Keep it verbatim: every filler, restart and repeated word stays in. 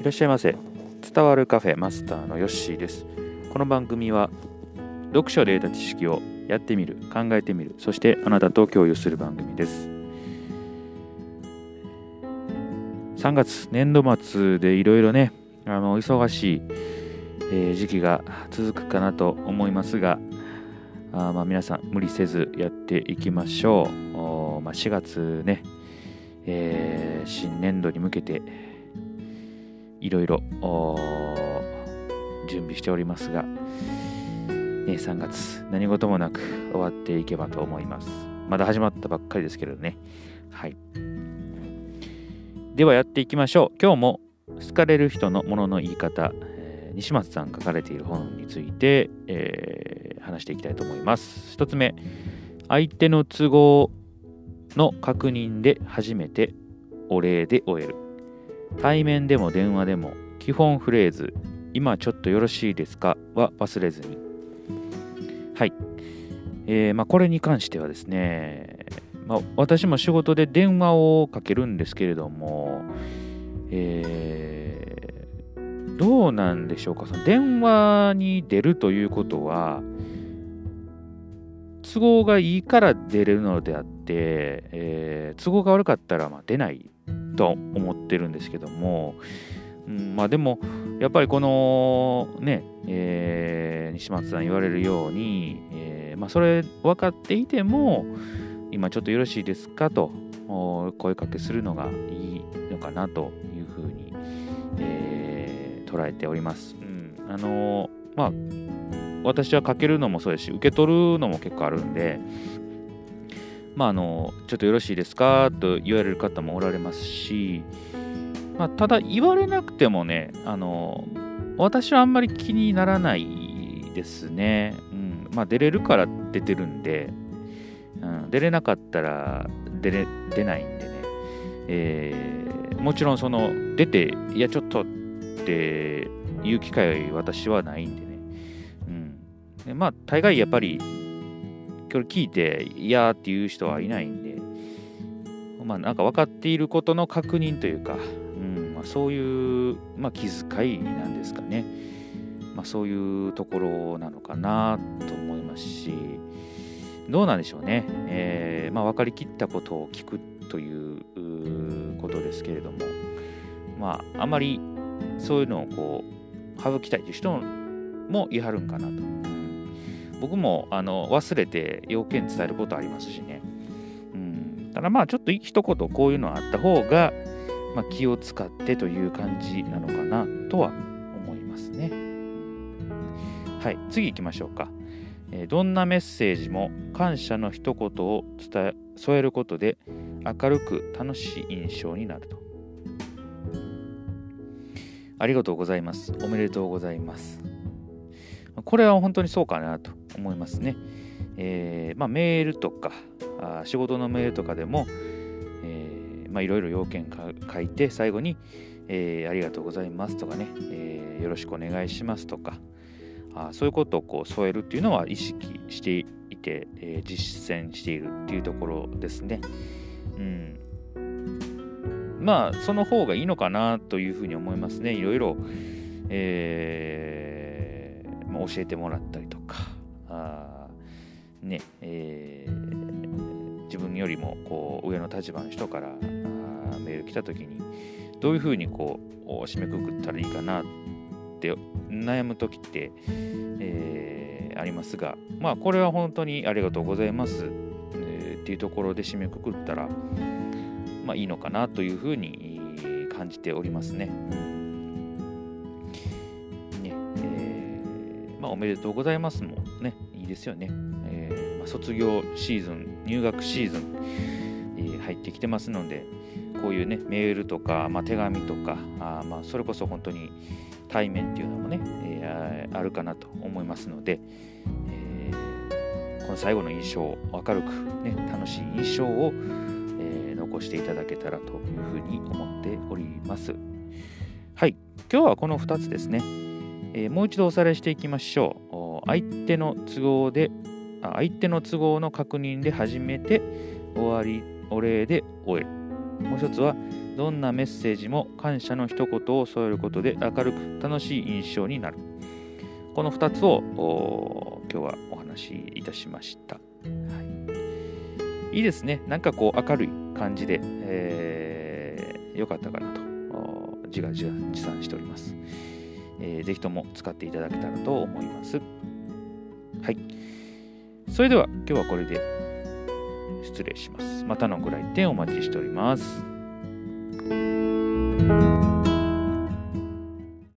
いらっしゃいませ。伝わるカフェマスターのヨッシーです。この番組は読書で得た知識をやってみる、考えてみる、そしてあなたと共有する番組です。さんがつ年度末でいろいろね、あの忙しい、えー、時期が続くかなと思いますが、あまあ皆さん無理せずやっていきましょう。お、まあ、しがつね、えー、新年度に向けていろいろ準備しておりますが、ね、さんがつ何事もなく終わっていけばと思います。まだ始まったばっかりですけどね。はい。ではやっていきましょう。今日も好かれる人のものの言い方、えー、西松さんが書かれている本について、えー、話していきたいと思います。一つ目、相手の都合の確認で初めてお礼で終える。対面でも電話でも基本フレーズ、今ちょっとよろしいですかは忘れずに。はい。えー、まあこれに関してはですね、まあ、私も仕事で電話をかけるんですけれども、えー、どうなんでしょうか。その電話に出るということは、都合がいいから出れるのであって、えー、都合が悪かったらまあ出ないと思ってるんですけども、うん、まあでもやっぱりこのね、えー、西松さん言われるように、えー、まあそれ分かっていても今ちょっとよろしいですかと声かけするのがいいのかなというふうに、えー、捉えております。うん、あのー、まあ私はかけるのもそうですし、受け取るのも結構あるんで、まああのちょっとよろしいですかと言われる方もおられますし、まあ、ただ言われなくてもね、あの私はあんまり気にならないですね。うん、まあ出れるから出てるんで、うん、出れなかったら出れ出ないんでね、えー、もちろんその出ていやちょっとっていう機会私はないんでね。でまあ大概やっぱりこれ聞いていやーっていう人はいないんで、まあなんか分かっていることの確認というか、うんまあ、そういう、まあ、気遣いなんですかね。まあそういうところなのかなと思いますし、どうなんでしょうね。えー、まあ分かりきったことを聞くということですけれども、まああまりそういうのをこう省きたいという人もいはるんかなと。僕もあの忘れて要件伝えることありますしね。うん、ただまあちょっと一言こういうのあった方が、まあ、気を使ってという感じなのかなとは思いますね。はい、次行きましょうか。えー、どんなメッセージも感謝の一言を伝え添えることで明るく楽しい印象になると。ありがとうございます。おめでとうございます。これは本当にそうかなと思いますね。えーまあ、メールとかあ仕事のメールとかでも、えーまあ、いろいろ要件書いて最後に、えー、ありがとうございますとかね、えー、よろしくお願いしますとか、あそういうことをこう添えるっていうのは意識していて、えー、実践しているっていうところですね。うん、まあその方がいいのかなというふうに思いますね。いろいろ、えー教えてもらったりとか、あねえー、自分よりもこう上の立場の人からあメール来た時にどういうふうにこう締めくくったらいいかなって悩む時って、えー、ありますが、まあこれは本当にありがとうございます、えー、っていうところで締めくくったらまあいいのかなというふうに感じておりますね。まあ、おめでとうございますもね、いいですよね。えーまあ、卒業シーズン、入学シーズン、えー、入ってきてますので、こういうね、メールとか、まあ、手紙とか、あまあそれこそ本当に対面っていうのもね、えー、あるかなと思いますので、えー、この最後の印象を明るく、ね、楽しい印象を、えー、残していただけたらというふうに思っております。はい、今日はこのふたつですね。えー、もう一度おさらいしていきましょう。相手の都合で、相手の都合の確認で初めて終わり、お礼で終える。 もう一つはどんなメッセージも感謝の一言を添えることで明るく楽しい印象になる。このふたつを今日はお話しいたしました。はい、いいですね。なんかこう明るい感じで、えー、よかったかなと自画自賛しております。えー、ぜひとも使っていただけたらと思います。はい。それでは今日はこれで失礼します。またのご来店お待ちしております。